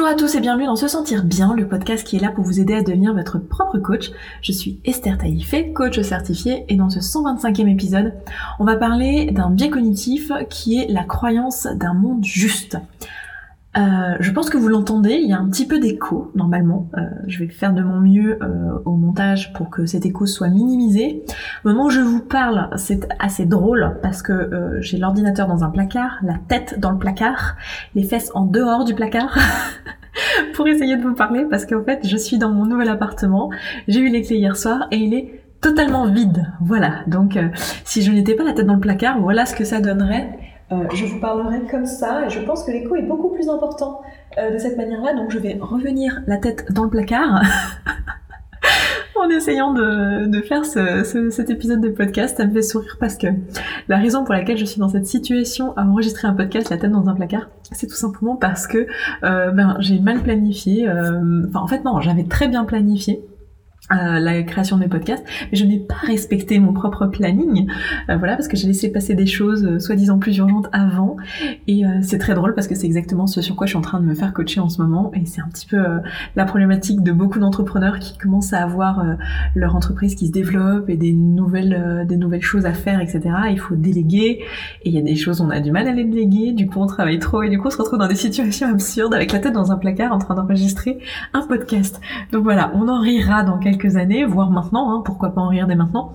Bonjour à tous et bienvenue dans Se Sentir Bien, le podcast qui est là pour vous aider à devenir votre propre coach. Je suis Esther Taïfé, coach certifiée, et dans ce 125e épisode, on va parler d'un biais cognitif qui est la croyance d'un monde juste. Je pense que vous l'entendez, il y a un petit peu d'écho normalement. Je vais faire de mon mieux au montage pour que cet écho soit minimisé. Au moment où je vous parle, c'est assez drôle parce que j'ai l'ordinateur dans un placard, la tête dans le placard, les fesses en dehors du placard pour essayer de vous parler parce qu'en fait je suis dans mon nouvel appartement, j'ai eu les clés hier soir et il est totalement vide. Voilà, donc si je n'étais pas la tête dans le placard, voilà ce que ça donnerait. Je vous parlerai comme ça et je pense que l'écho est beaucoup plus important de cette manière-là, donc je vais revenir la tête dans le placard en essayant de faire cet épisode de podcast. Ça me fait sourire parce que la raison pour laquelle je suis dans cette situation à enregistrer un podcast la tête dans un placard, c'est tout simplement parce que j'ai mal planifié, j'avais très bien planifié la création de mes podcasts, mais je n'ai pas respecté mon propre planning, parce que j'ai laissé passer des choses soi-disant plus urgentes avant, et c'est très drôle parce que c'est exactement ce sur quoi je suis en train de me faire coacher en ce moment, et c'est un petit peu la problématique de beaucoup d'entrepreneurs qui commencent à avoir leur entreprise qui se développe et des nouvelles choses à faire, etc. Il faut déléguer, et il y a des choses on a du mal à les déléguer, du coup on travaille trop, et du coup on se retrouve dans des situations absurdes avec la tête dans un placard en train d'enregistrer un podcast. Donc voilà, on en rira dans quelques années, voire maintenant, pourquoi pas en rire dès maintenant.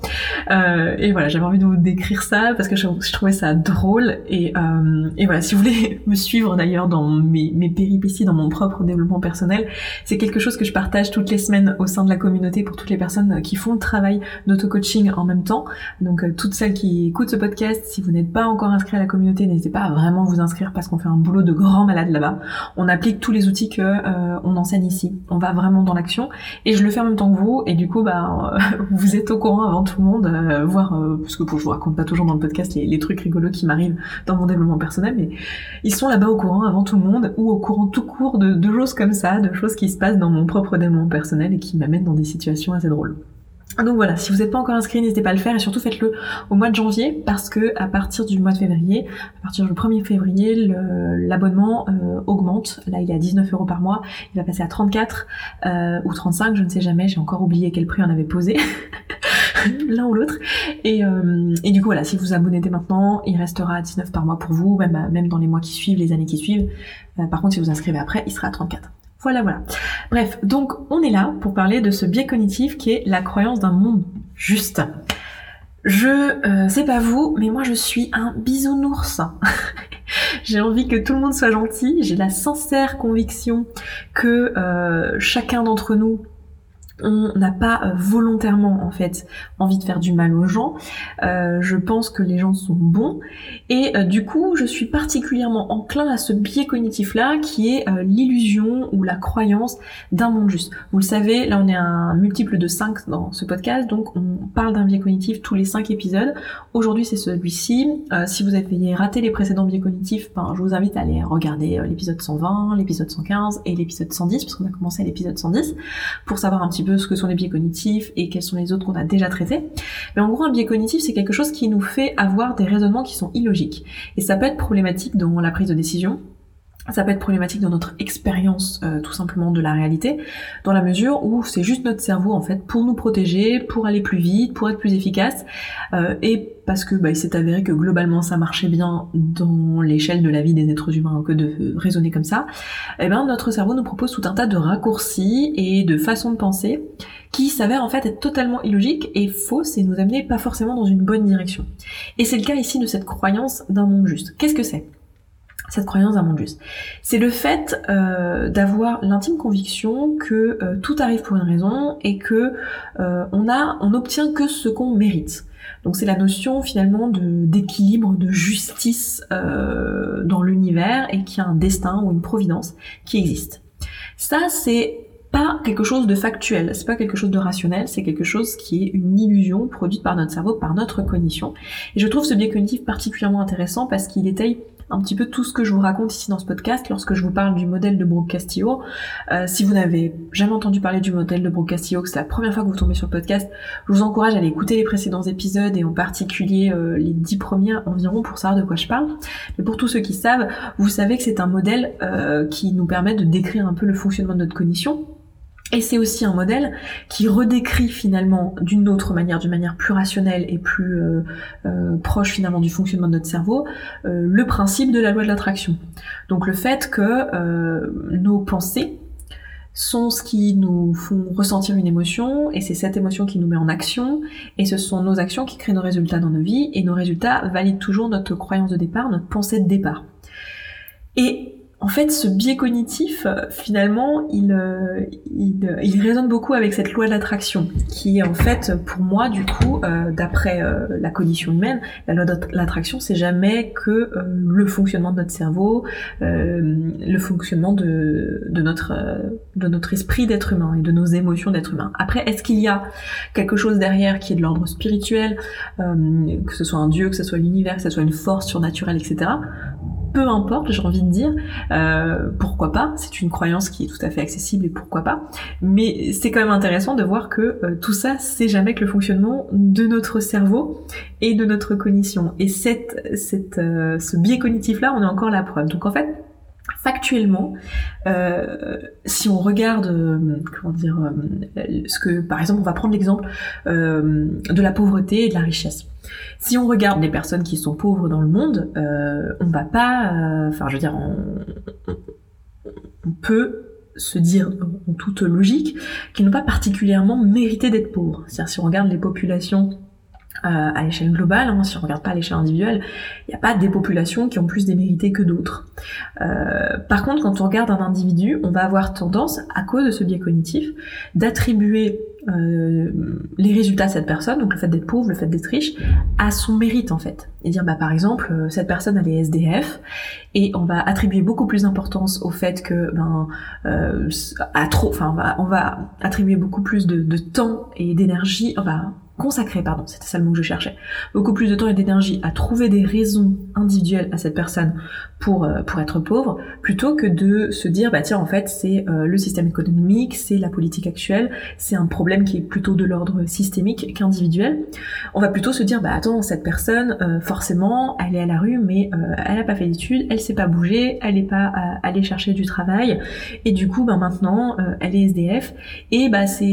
Et voilà, j'avais envie de vous décrire ça parce que je trouvais ça drôle, et voilà, si vous voulez me suivre d'ailleurs dans mes péripéties, dans mon propre développement personnel, c'est quelque chose que je partage toutes les semaines au sein de la communauté pour toutes les personnes qui font le travail d'auto-coaching en même temps. Donc toutes celles qui écoutent ce podcast, si vous n'êtes pas encore inscrit à la communauté, n'hésitez pas à vraiment vous inscrire parce qu'on fait un boulot de grand malade là-bas. On applique tous les outils que on enseigne ici. On va vraiment dans l'action, et je le fais en même temps que vous. Et du coup, vous êtes au courant avant tout le monde, parce que je vous raconte pas toujours dans le podcast les trucs rigolos qui m'arrivent dans mon développement personnel, mais ils sont là-bas au courant avant tout le monde, ou au courant tout court de choses comme ça, de choses qui se passent dans mon propre développement personnel et qui m'amènent dans des situations assez drôles. Donc voilà, si vous n'êtes pas encore inscrit, n'hésitez pas à le faire, et surtout faites-le au mois de janvier, parce que à partir du mois de février, à partir du 1er février, l'abonnement augmente. Là, il est à 19€ par mois, il va passer à 34 ou 35, je ne sais jamais, j'ai encore oublié quel prix on avait posé. L'un ou l'autre, et du coup voilà, si vous abonnez dès maintenant, il restera à 19 par mois pour vous, même dans les mois qui suivent, les années qui suivent. Par contre, si vous inscrivez après, il sera à 34. Voilà. Bref, donc on est là pour parler de ce biais cognitif qui est la croyance d'un monde juste. Je sais pas vous, mais moi je suis un bisounours. J'ai envie que tout le monde soit gentil, j'ai la sincère conviction que chacun d'entre nous, on n'a pas volontairement en fait envie de faire du mal aux gens. Je pense que les gens sont bons, et du coup je suis particulièrement enclin à ce biais cognitif là qui est l'illusion ou la croyance d'un monde juste. Vous le savez, là on est un multiple de 5 dans ce podcast, donc on parle d'un biais cognitif tous les 5 épisodes. Aujourd'hui c'est celui-ci. Si vous avez raté les précédents biais cognitifs, je vous invite à aller regarder l'épisode 120, l'épisode 115 et l'épisode 110, parce qu'on a commencé à l'épisode 110 pour savoir un petit peu ce que sont les biais cognitifs et quels sont les autres qu'on a déjà traités. Mais en gros, un biais cognitif, c'est quelque chose qui nous fait avoir des raisonnements qui sont illogiques. Et ça peut être problématique dans la prise de décision, ça peut être problématique dans notre expérience tout simplement de la réalité, dans la mesure où c'est juste notre cerveau en fait pour nous protéger, pour aller plus vite, pour être plus efficace, et parce que il s'est avéré que globalement ça marchait bien dans l'échelle de la vie des êtres humains que de raisonner comme ça, notre cerveau nous propose tout un tas de raccourcis et de façons de penser qui s'avèrent en fait être totalement illogiques et fausses et nous amener pas forcément dans une bonne direction. Et c'est le cas ici de cette croyance d'un monde juste. Qu'est-ce que c'est ? Cette croyance d'un monde juste, c'est le fait d'avoir l'intime conviction que tout arrive pour une raison et que on obtient que ce qu'on mérite. Donc c'est la notion finalement d'équilibre, de justice dans l'univers, et qu'il y a un destin ou une providence qui existe. Ça, c'est pas quelque chose de factuel, c'est pas quelque chose de rationnel, c'est quelque chose qui est une illusion produite par notre cerveau, par notre cognition. Et je trouve ce biais cognitif particulièrement intéressant parce qu'il étaye un petit peu tout ce que je vous raconte ici dans ce podcast lorsque je vous parle du modèle de Brooke-Castillo. Si vous n'avez jamais entendu parler du modèle de Brooke-Castillo, que c'est la première fois que vous tombez sur le podcast, je vous encourage à aller écouter les précédents épisodes et en particulier les 10 premiers environ pour savoir de quoi je parle. Mais pour tous ceux qui savent, vous savez que c'est un modèle qui nous permet de décrire un peu le fonctionnement de notre cognition. Et c'est aussi un modèle qui redécrit finalement d'une autre manière, d'une manière plus rationnelle et plus proche finalement du fonctionnement de notre cerveau, le principe de la loi de l'attraction. Donc le fait que nos pensées sont ce qui nous font ressentir une émotion, et c'est cette émotion qui nous met en action, et ce sont nos actions qui créent nos résultats dans nos vies, et nos résultats valident toujours notre croyance de départ, notre pensée de départ. Et en fait, ce biais cognitif, finalement, il résonne beaucoup avec cette loi de l'attraction, qui est en fait, pour moi, du coup, d'après la cognition humaine, la loi de l'attraction, c'est jamais que le fonctionnement de notre cerveau, le fonctionnement de notre esprit d'être humain et de nos émotions d'être humain. Après, est-ce qu'il y a quelque chose derrière qui est de l'ordre spirituel, que ce soit un dieu, que ce soit l'univers, que ce soit une force surnaturelle, etc. Peu importe, j'ai envie de dire, pourquoi pas, c'est une croyance qui est tout à fait accessible et pourquoi pas, mais c'est quand même intéressant de voir que tout ça, c'est jamais que le fonctionnement de notre cerveau et de notre cognition. Et ce biais cognitif-là, on a encore la preuve. Donc en fait, factuellement, si on regarde, ce que, par exemple, on va prendre l'exemple de la pauvreté et de la richesse. Si on regarde les personnes qui sont pauvres dans le monde, on va pas, on peut se dire en toute logique qu'ils n'ont pas particulièrement mérité d'être pauvres. C'est-à-dire si on regarde les populations à l'échelle globale, si on regarde pas à l'échelle individuelle, il n'y a pas des populations qui ont plus démérité que d'autres. Par contre, quand on regarde un individu, on va avoir tendance, à cause de ce biais cognitif, d'attribuer les résultats de cette personne, donc le fait d'être pauvre, le fait d'être riche, à son mérite en fait. Et dire par exemple, cette personne elle est SDF, et on va attribuer beaucoup plus d'importance au fait que on va attribuer beaucoup plus de temps et d'énergie, consacrer, c'était ça le mot que je cherchais, beaucoup plus de temps et d'énergie à trouver des raisons individuelles à cette personne pour être pauvre, plutôt que de se dire, tiens, en fait, c'est le système économique, c'est la politique actuelle, c'est un problème qui est plutôt de l'ordre systémique qu'individuel. On va plutôt se dire, attends, cette personne, forcément, elle est à la rue, mais elle a pas fait d'études, elle s'est pas bougée, elle est pas allée chercher du travail, et du coup, maintenant, elle est SDF, et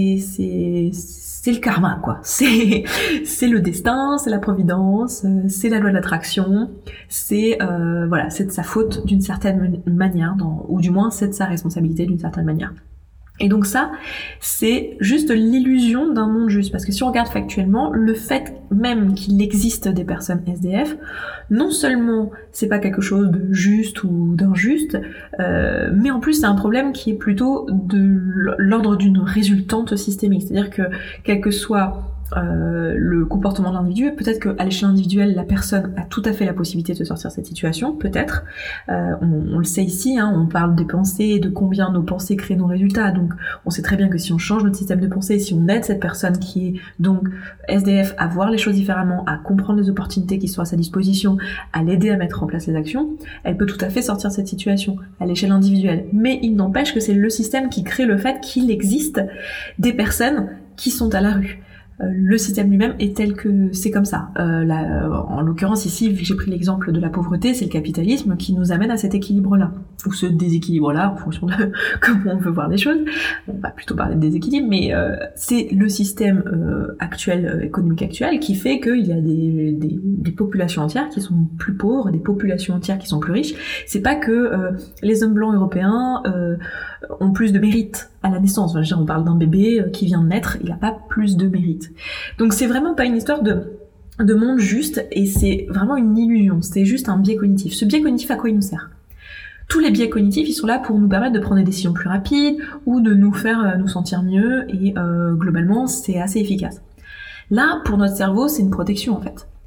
c'est le karma, quoi. C'est le destin, c'est la providence, c'est la loi de l'attraction, c'est de sa faute d'une certaine manière, ou du moins c'est de sa responsabilité d'une certaine manière. Et donc ça, c'est juste l'illusion d'un monde juste. Parce que si on regarde factuellement, le fait même qu'il existe des personnes SDF, non seulement c'est pas quelque chose de juste ou d'injuste, mais en plus c'est un problème qui est plutôt de l'ordre d'une résultante systémique. C'est-à-dire que quel que soit le comportement de l'individu, peut-être qu'à l'échelle individuelle, la personne a tout à fait la possibilité de se sortir de cette situation, peut-être. On le sait ici, on parle des pensées et de combien nos pensées créent nos résultats. Donc on sait très bien que si on change notre système de pensée, si on aide cette personne qui est donc SDF à voir les choses différemment, à comprendre les opportunités qui sont à sa disposition, à l'aider à mettre en place les actions, elle peut tout à fait sortir de cette situation à l'échelle individuelle. Mais il n'empêche que c'est le système qui crée le fait qu'il existe des personnes qui sont à la rue. Le système lui-même est tel que c'est comme ça. En l'occurrence ici, j'ai pris l'exemple de la pauvreté, c'est le capitalisme qui nous amène à cet équilibre-là, ou ce déséquilibre-là, en fonction de comment on veut voir les choses. On va plutôt parler de déséquilibre, mais c'est le système économique actuel qui fait qu'il y a des populations entières qui sont plus pauvres, des populations entières qui sont plus riches. C'est pas que les hommes blancs européens ont plus de mérite à la naissance. On parle d'un bébé qui vient de naître, il n'a pas plus de mérite. Donc c'est vraiment pas une histoire de monde juste, et c'est vraiment une illusion, c'est juste un biais cognitif. Ce biais cognitif, à quoi il nous sert ? Tous les biais cognitifs, ils sont là pour nous permettre de prendre des décisions plus rapides, ou de nous faire nous sentir mieux, et globalement, c'est assez efficace. Là, pour notre cerveau, c'est une protection en fait.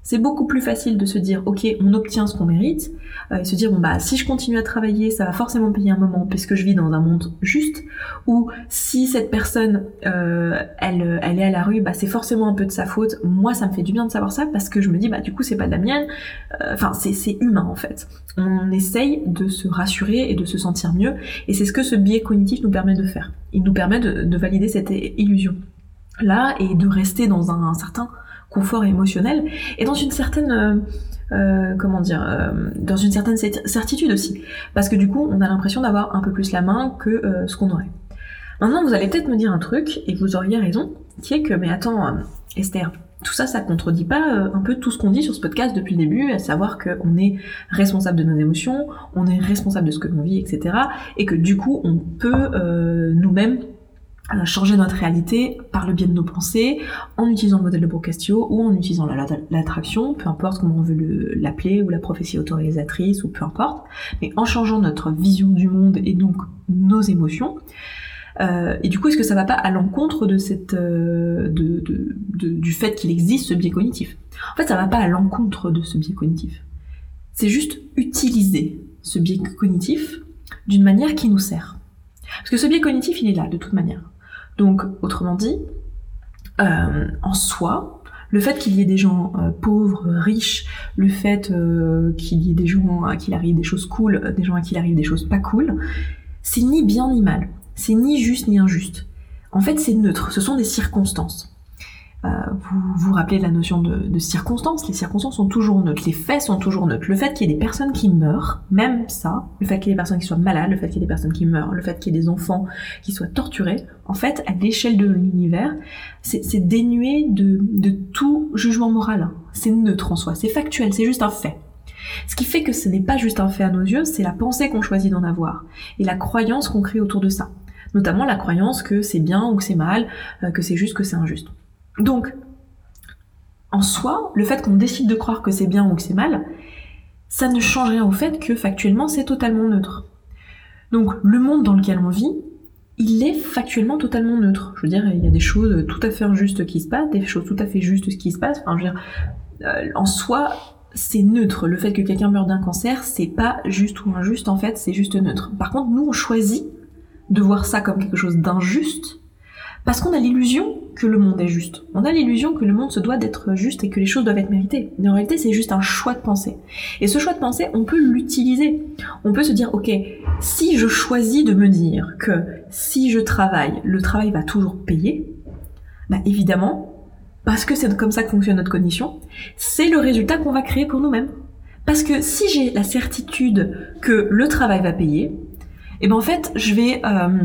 C'est beaucoup plus facile de se dire ok, on obtient ce qu'on mérite, et se dire bon bah si je continue à travailler, ça va forcément payer un moment puisque je vis dans un monde juste, ou si cette personne elle est à la rue, bah c'est forcément un peu de sa faute. Moi ça me fait du bien de savoir ça parce que je me dis bah du coup c'est pas de la mienne. Enfin c'est humain en fait. On essaye de se rassurer et de se sentir mieux, et c'est ce que ce biais cognitif nous permet de faire. Il nous permet de valider cette illusion là et de rester dans un certain confort émotionnel et dans une certaine dans une certaine certitude aussi, parce que du coup on a l'impression d'avoir un peu plus la main que ce qu'on aurait. Maintenant vous allez peut-être me dire un truc et vous auriez raison, qui est que mais attends Esther, tout ça contredit pas un peu tout ce qu'on dit sur ce podcast depuis le début, à savoir qu'on est responsable de nos émotions, on est responsable de ce que l'on vit, etc. et que du coup on peut nous-mêmes changer notre réalité par le biais de nos pensées, en utilisant le modèle de Boccaccio ou en utilisant l'attraction, peu importe comment on veut l'appeler, ou la prophétie autorisatrice, ou peu importe, mais en changeant notre vision du monde et donc nos émotions. Et du coup, est-ce que ça va pas à l'encontre de cette du fait qu'il existe ce biais cognitif? En fait, ça va pas à l'encontre de ce biais cognitif. C'est juste utiliser ce biais cognitif d'une manière qui nous sert. Parce que ce biais cognitif, il est là, de toute manière. Donc, autrement dit, en soi, le fait qu'il y ait des gens pauvres, riches, le fait qu'il y ait des gens à qui il arrive des choses cool, des gens à qui il arrive des choses pas cool, c'est ni bien ni mal. C'est ni juste ni injuste. En fait, c'est neutre. Ce sont des circonstances. Vous vous rappelez de la notion de circonstances. Les circonstances sont toujours neutres. Les faits sont toujours neutres. Le fait qu'il y ait des personnes qui meurent, même ça, le fait qu'il y ait des personnes qui soient malades, le fait qu'il y ait des personnes qui meurent, le fait qu'il y ait des enfants qui soient torturés, en fait, à l'échelle de l'univers, c'est dénué de tout jugement moral. C'est neutre en soi. C'est factuel. C'est juste un fait. Ce qui fait que ce n'est pas juste un fait à nos yeux, c'est la pensée qu'on choisit d'en avoir et la croyance qu'on crée autour de ça. Notamment la croyance que c'est bien ou que c'est mal, que c'est juste, que c'est injuste. Donc, en soi, le fait qu'on décide de croire que c'est bien ou que c'est mal, ça ne change rien au fait que factuellement c'est totalement neutre. Donc, le monde dans lequel on vit, il est factuellement totalement neutre. Je veux dire, il y a des choses tout à fait injustes qui se passent, des choses tout à fait justes qui se passent. Enfin, je veux dire, en soi, c'est neutre. Le fait que quelqu'un meure d'un cancer, c'est pas juste ou injuste, en fait, c'est juste neutre. Par contre, nous, on choisit de voir ça comme quelque chose d'injuste, parce qu'on a l'illusion que le monde est juste. On a l'illusion que le monde se doit d'être juste et que les choses doivent être méritées. Mais en réalité, c'est juste un choix de pensée. Et ce choix de pensée, on peut l'utiliser. On peut se dire, ok, si je choisis de me dire que si je travaille, le travail va toujours payer, bah évidemment, parce que c'est comme ça que fonctionne notre cognition, c'est le résultat qu'on va créer pour nous-mêmes. Parce que si j'ai la certitude que le travail va payer, et ben en fait, je vais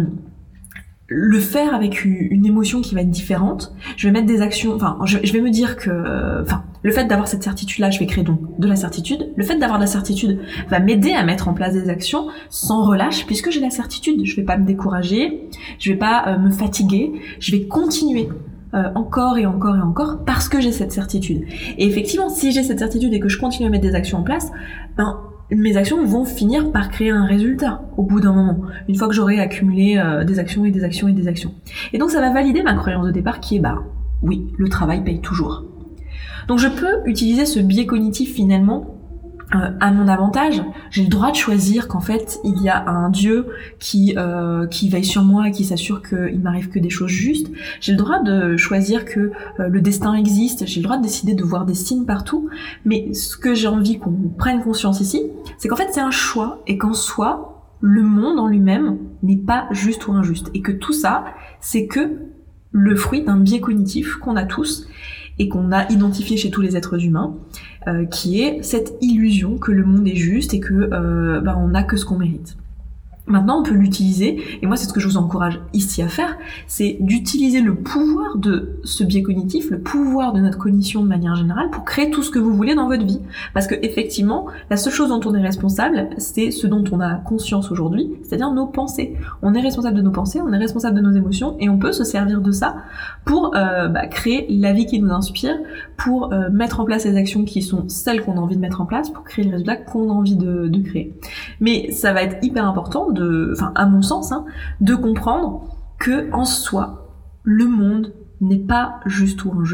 le faire avec une émotion qui va être différente. Je vais mettre des actions, enfin, je vais me dire que, le fait d'avoir cette certitude-là, je vais créer donc de la certitude. Le fait d'avoir de la certitude va m'aider à mettre en place des actions sans relâche, puisque j'ai la certitude. Je vais pas me décourager, je vais pas me fatiguer, je vais continuer. Encore et encore et encore, parce que j'ai cette certitude. Et effectivement, si j'ai cette certitude et que je continue à mettre des actions en place, ben, mes actions vont finir par créer un résultat au bout d'un moment, une fois que j'aurai accumulé des actions et des actions et des actions. Et donc ça va valider ma croyance de départ qui est oui, le travail paye toujours. Donc je peux utiliser ce biais cognitif finalement à mon avantage. J'ai le droit de choisir qu'en fait il y a un Dieu qui veille sur moi et qui s'assure qu'il m'arrive que des choses justes. J'ai le droit de choisir que le destin existe. J'ai le droit de décider de voir des signes partout. Mais ce que j'ai envie qu'on prenne conscience ici, c'est qu'en fait c'est un choix et qu'en soi le monde en lui-même n'est pas juste ou injuste et que tout ça c'est que le fruit d'un biais cognitif qu'on a tous et qu'on a identifié chez tous les êtres humains, qui est cette illusion que le monde est juste et que on n'a que ce qu'on mérite. Maintenant, on peut l'utiliser, et moi c'est ce que je vous encourage ici à faire, c'est d'utiliser le pouvoir de ce biais cognitif, le pouvoir de notre cognition de manière générale, pour créer tout ce que vous voulez dans votre vie. Parce que effectivement, la seule chose dont on est responsable, c'est ce dont on a conscience aujourd'hui, c'est-à-dire nos pensées. On est responsable de nos pensées, on est responsable de nos émotions, et on peut se servir de ça pour créer la vie qui nous inspire, pour mettre en place les actions qui sont celles qu'on a envie de mettre en place, pour créer les résultats qu'on a envie de créer. Mais ça va être hyper important à mon sens, de comprendre que en soi, le monde n'est pas juste ou injuste,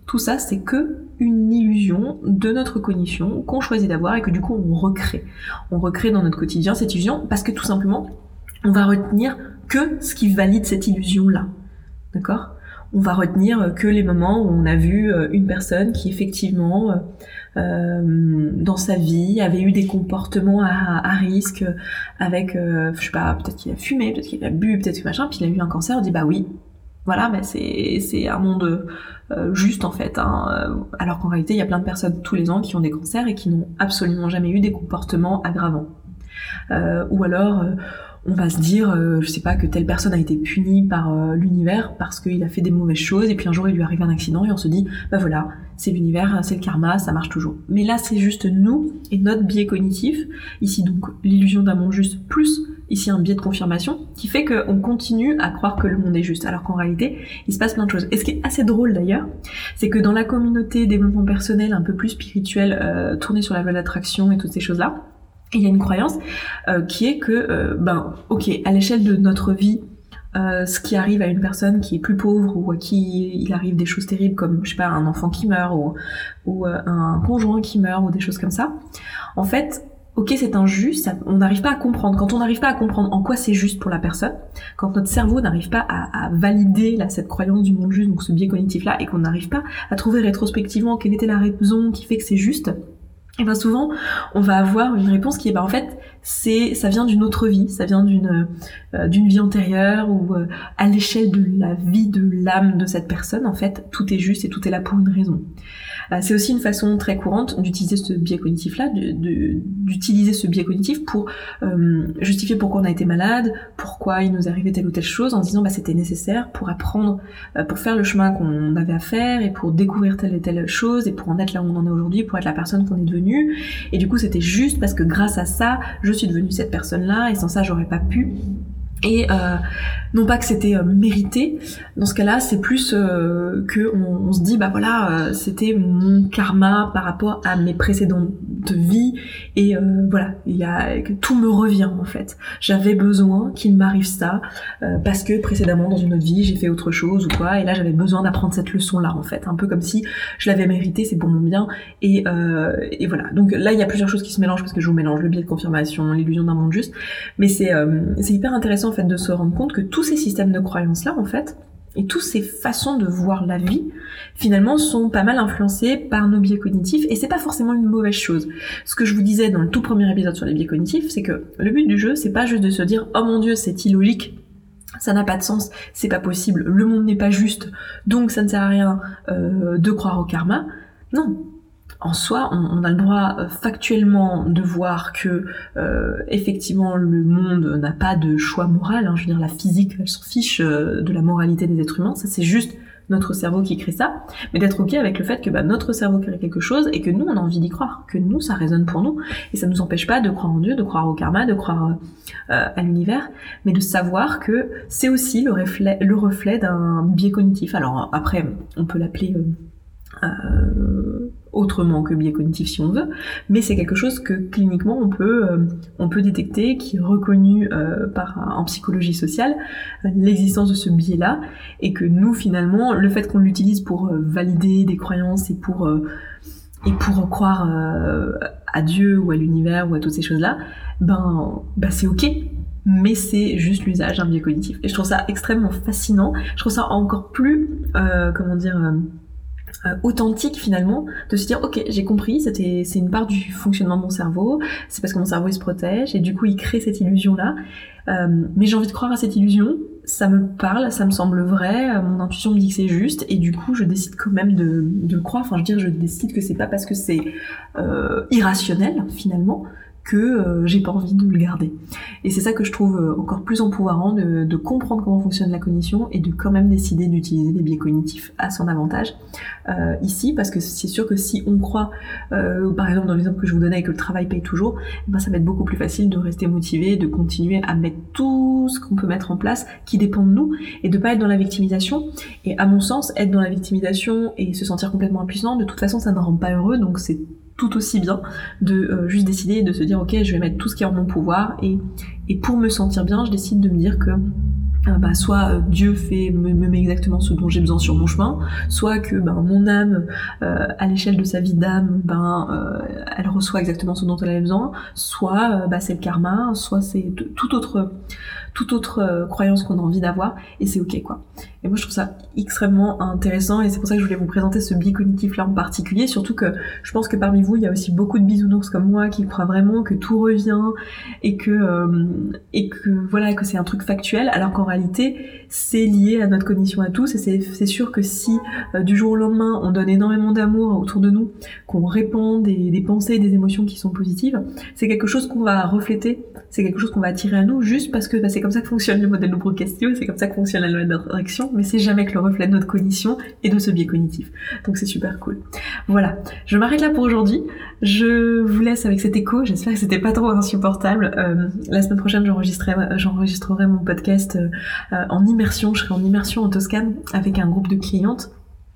Tout ça, c'est que une illusion de notre cognition qu'on choisit d'avoir et que du coup on recrée. On recrée dans notre quotidien cette illusion parce que tout simplement, on va retenir que ce qui valide cette illusion-là. D'accord ? On va retenir que les moments où on a vu une personne qui effectivement dans sa vie avait eu des comportements à risque avec je sais pas, peut-être qu'il a fumé, peut-être qu'il a bu, peut-être que machin, puis il a eu un cancer, on dit bah oui, voilà, mais c'est un monde juste en fait, hein, alors qu'en réalité il y a plein de personnes tous les ans qui ont des cancers et qui n'ont absolument jamais eu des comportements aggravants. Ou alors on va se dire, je sais pas, que telle personne a été punie par l'univers parce qu'il a fait des mauvaises choses et puis un jour il lui arrive un accident et on se dit, bah voilà, c'est l'univers, c'est le karma, ça marche toujours. Mais là c'est juste nous et notre biais cognitif, ici donc l'illusion d'un monde juste plus ici un biais de confirmation qui fait qu'on continue à croire que le monde est juste alors qu'en réalité il se passe plein de choses. Et ce qui est assez drôle d'ailleurs, c'est que dans la communauté développement personnel un peu plus spirituelle tournée sur la loi d'attraction et toutes ces choses-là, il y a une croyance qui est que, ok, à l'échelle de notre vie, ce qui arrive à une personne qui est plus pauvre ou à qui il arrive des choses terribles comme, je sais pas, un enfant qui meurt ou un conjoint qui meurt ou des choses comme ça, en fait, ok, c'est injuste, on n'arrive pas à comprendre. Quand on n'arrive pas à comprendre en quoi c'est juste pour la personne, quand notre cerveau n'arrive pas à valider cette croyance du monde juste, donc ce biais cognitif-là, et qu'on n'arrive pas à trouver rétrospectivement quelle était la raison qui fait que c'est juste, et bien souvent, on va avoir une réponse qui est, en fait, ça vient d'une autre vie, ça vient d'une vie antérieure ou à l'échelle de la vie de l'âme de cette personne, en fait, tout est juste et tout est là pour une raison. C'est aussi une façon très courante d'utiliser ce biais cognitif-là, d'utiliser ce biais cognitif pour justifier pourquoi on a été malade, pourquoi il nous arrivait telle ou telle chose, en disant c'était nécessaire pour apprendre, pour faire le chemin qu'on avait à faire et pour découvrir telle et telle chose et pour en être là où on en est aujourd'hui, pour être la personne qu'on est devenue. Et du coup, c'était juste parce que grâce à ça, je suis devenue cette personne-là et sans ça, j'aurais pas pu. Et non pas que c'était mérité, dans ce cas-là, c'est plus que on se dit c'était mon karma par rapport à mes précédentes vies et que tout me revient en fait. J'avais besoin qu'il m'arrive ça parce que précédemment dans une autre vie j'ai fait autre chose ou quoi, et là j'avais besoin d'apprendre cette leçon-là en fait, un peu comme si je l'avais mérité, c'est pour mon bien et voilà. Donc là il y a plusieurs choses qui se mélangent parce que je vous mélange le biais de confirmation, l'illusion d'un monde juste, mais c'est hyper intéressant en fait de se rendre compte que tous ces systèmes de croyances là en fait et toutes ces façons de voir la vie finalement sont pas mal influencés par nos biais cognitifs et c'est pas forcément une mauvaise chose. Ce que je vous disais dans le tout premier épisode sur les biais cognitifs, c'est que le but du jeu c'est pas juste de se dire oh mon dieu c'est illogique, ça n'a pas de sens, c'est pas possible, le monde n'est pas juste donc ça ne sert à rien de croire au karma. Non. En soi, on a le droit factuellement de voir que effectivement le monde n'a pas de choix moral, je veux dire la physique elle s'en fiche de la moralité des êtres humains, ça c'est juste notre cerveau qui crée ça, mais d'être ok avec le fait que notre cerveau crée quelque chose et que nous on a envie d'y croire, que nous ça résonne pour nous et ça nous empêche pas de croire en Dieu, de croire au karma, de croire à l'univers, mais de savoir que c'est aussi le reflet d'un biais cognitif. Alors après on peut l'appeler autrement que biais cognitif si on veut, mais c'est quelque chose que cliniquement on peut détecter, qui est reconnu en psychologie sociale, l'existence de ce biais-là, et que nous finalement, le fait qu'on l'utilise pour valider des croyances et pour croire à Dieu ou à l'univers ou à toutes ces choses-là, c'est ok. Mais c'est juste l'usage d'un biais cognitif. Et je trouve ça extrêmement fascinant. Je trouve ça encore plus, authentique finalement, de se dire ok j'ai compris, c'est une part du fonctionnement de mon cerveau, c'est parce que mon cerveau il se protège et du coup il crée cette illusion là, mais j'ai envie de croire à cette illusion, ça me parle, ça me semble vrai, mon intuition me dit que c'est juste et du coup je décide quand même de le croire, je décide que c'est pas parce que c'est irrationnel finalement que j'ai pas envie de le garder. Et c'est ça que je trouve encore plus empouvoirant, de comprendre comment fonctionne la cognition et de quand même décider d'utiliser les biais cognitifs à son avantage ici, parce que c'est sûr que si on croit, par exemple dans l'exemple que je vous donnais, que le travail paye toujours, ça va être beaucoup plus facile de rester motivé, de continuer à mettre tout ce qu'on peut mettre en place qui dépend de nous et de pas être dans la victimisation. Et à mon sens, être dans la victimisation et se sentir complètement impuissant, de toute façon ça ne rend pas heureux, donc c'est tout aussi bien de juste décider de se dire ok je vais mettre tout ce qui est en mon pouvoir et pour me sentir bien je décide de me dire que soit Dieu me met exactement ce dont j'ai besoin sur mon chemin, soit que mon âme, à l'échelle de sa vie d'âme, elle reçoit exactement ce dont elle a besoin, soit c'est le karma, soit c'est toute autre croyance qu'on a envie d'avoir, et c'est ok quoi. Et moi je trouve ça extrêmement intéressant, et c'est pour ça que je voulais vous présenter ce biais cognitif là en particulier, surtout que je pense que parmi vous il y a aussi beaucoup de bisounours comme moi qui croient vraiment que tout revient et que voilà, que c'est un truc factuel, alors qu'en réalité c'est lié à notre cognition à tous, et c'est sûr que si du jour au lendemain on donne énormément d'amour autour de nous, qu'on répand des pensées et des émotions qui sont positives, c'est quelque chose qu'on va refléter, c'est quelque chose qu'on va attirer à nous, juste parce que c'est comme ça que fonctionne le modèle de Brooke-Castillo, c'est comme ça que fonctionne la loi d'attraction, mais c'est jamais que le reflet de notre cognition et de ce biais cognitif. Donc c'est super cool. Voilà, je m'arrête là pour aujourd'hui. Je vous laisse avec cet écho, j'espère que c'était pas trop insupportable. La semaine prochaine j'enregistrerai mon podcast en immersion, je serai en immersion en Toscane avec un groupe de clientes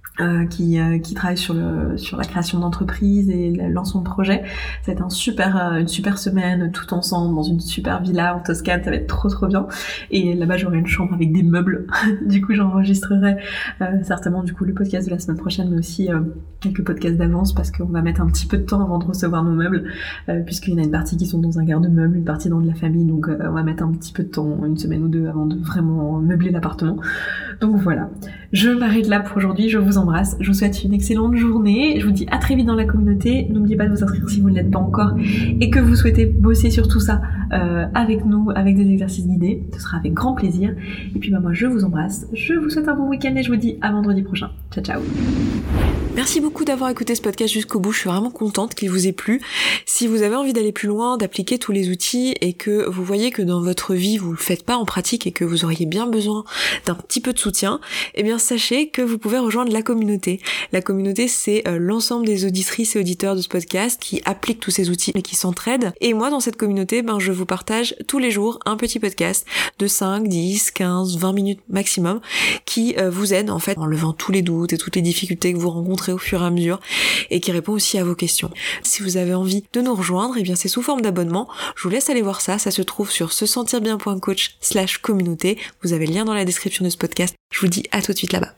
qui travaille sur la création d'entreprise et le lancement de projet. Ça va être une super semaine tout ensemble dans une super villa en Toscane, ça va être trop bien. Et là-bas j'aurai une chambre avec des meubles. Du coup j'enregistrerai certainement du coup le podcast de la semaine prochaine, mais aussi quelques podcasts d'avance parce qu'on va mettre un petit peu de temps avant de recevoir nos meubles, puisqu'il y en a une partie qui sont dans un garde-meuble, une partie dans de la famille, donc on va mettre un petit peu de temps, une semaine ou deux avant de vraiment meubler l'appartement. Donc voilà, je m'arrête là pour aujourd'hui, je vous embrasse, je vous souhaite une excellente journée, je vous dis à très vite dans la communauté, n'oubliez pas de vous inscrire si vous ne l'êtes pas encore et que vous souhaitez bosser sur tout ça avec nous, avec des exercices guidés, ce sera avec grand plaisir. Et puis moi je vous embrasse, je vous souhaite un bon week-end et je vous dis à vendredi prochain. Ciao ciao. Merci beaucoup d'avoir écouté ce podcast jusqu'au bout, je suis vraiment contente qu'il vous ait plu. Si vous avez envie d'aller plus loin, d'appliquer tous les outils et que vous voyez que dans votre vie vous le faites pas en pratique et que vous auriez bien besoin d'un petit peu de soutien, eh bien sachez que vous pouvez rejoindre la communauté. La communauté, c'est l'ensemble des auditrices et auditeurs de ce podcast qui appliquent tous ces outils et qui s'entraident. Et moi dans cette communauté, je vous partage tous les jours un petit podcast de 5, 10, 15, 20 minutes maximum qui vous aide en fait en levant tous les doutes et toutes les difficultés que vous rencontrez au fur et à mesure et qui répond aussi à vos questions. Si vous avez envie de nous rejoindre, eh bien c'est sous forme d'abonnement. Je vous laisse aller voir ça se trouve sur sesentirbien.coach/communauté. Vous avez le lien dans la description de ce podcast. Je vous dis à tout de suite là-bas.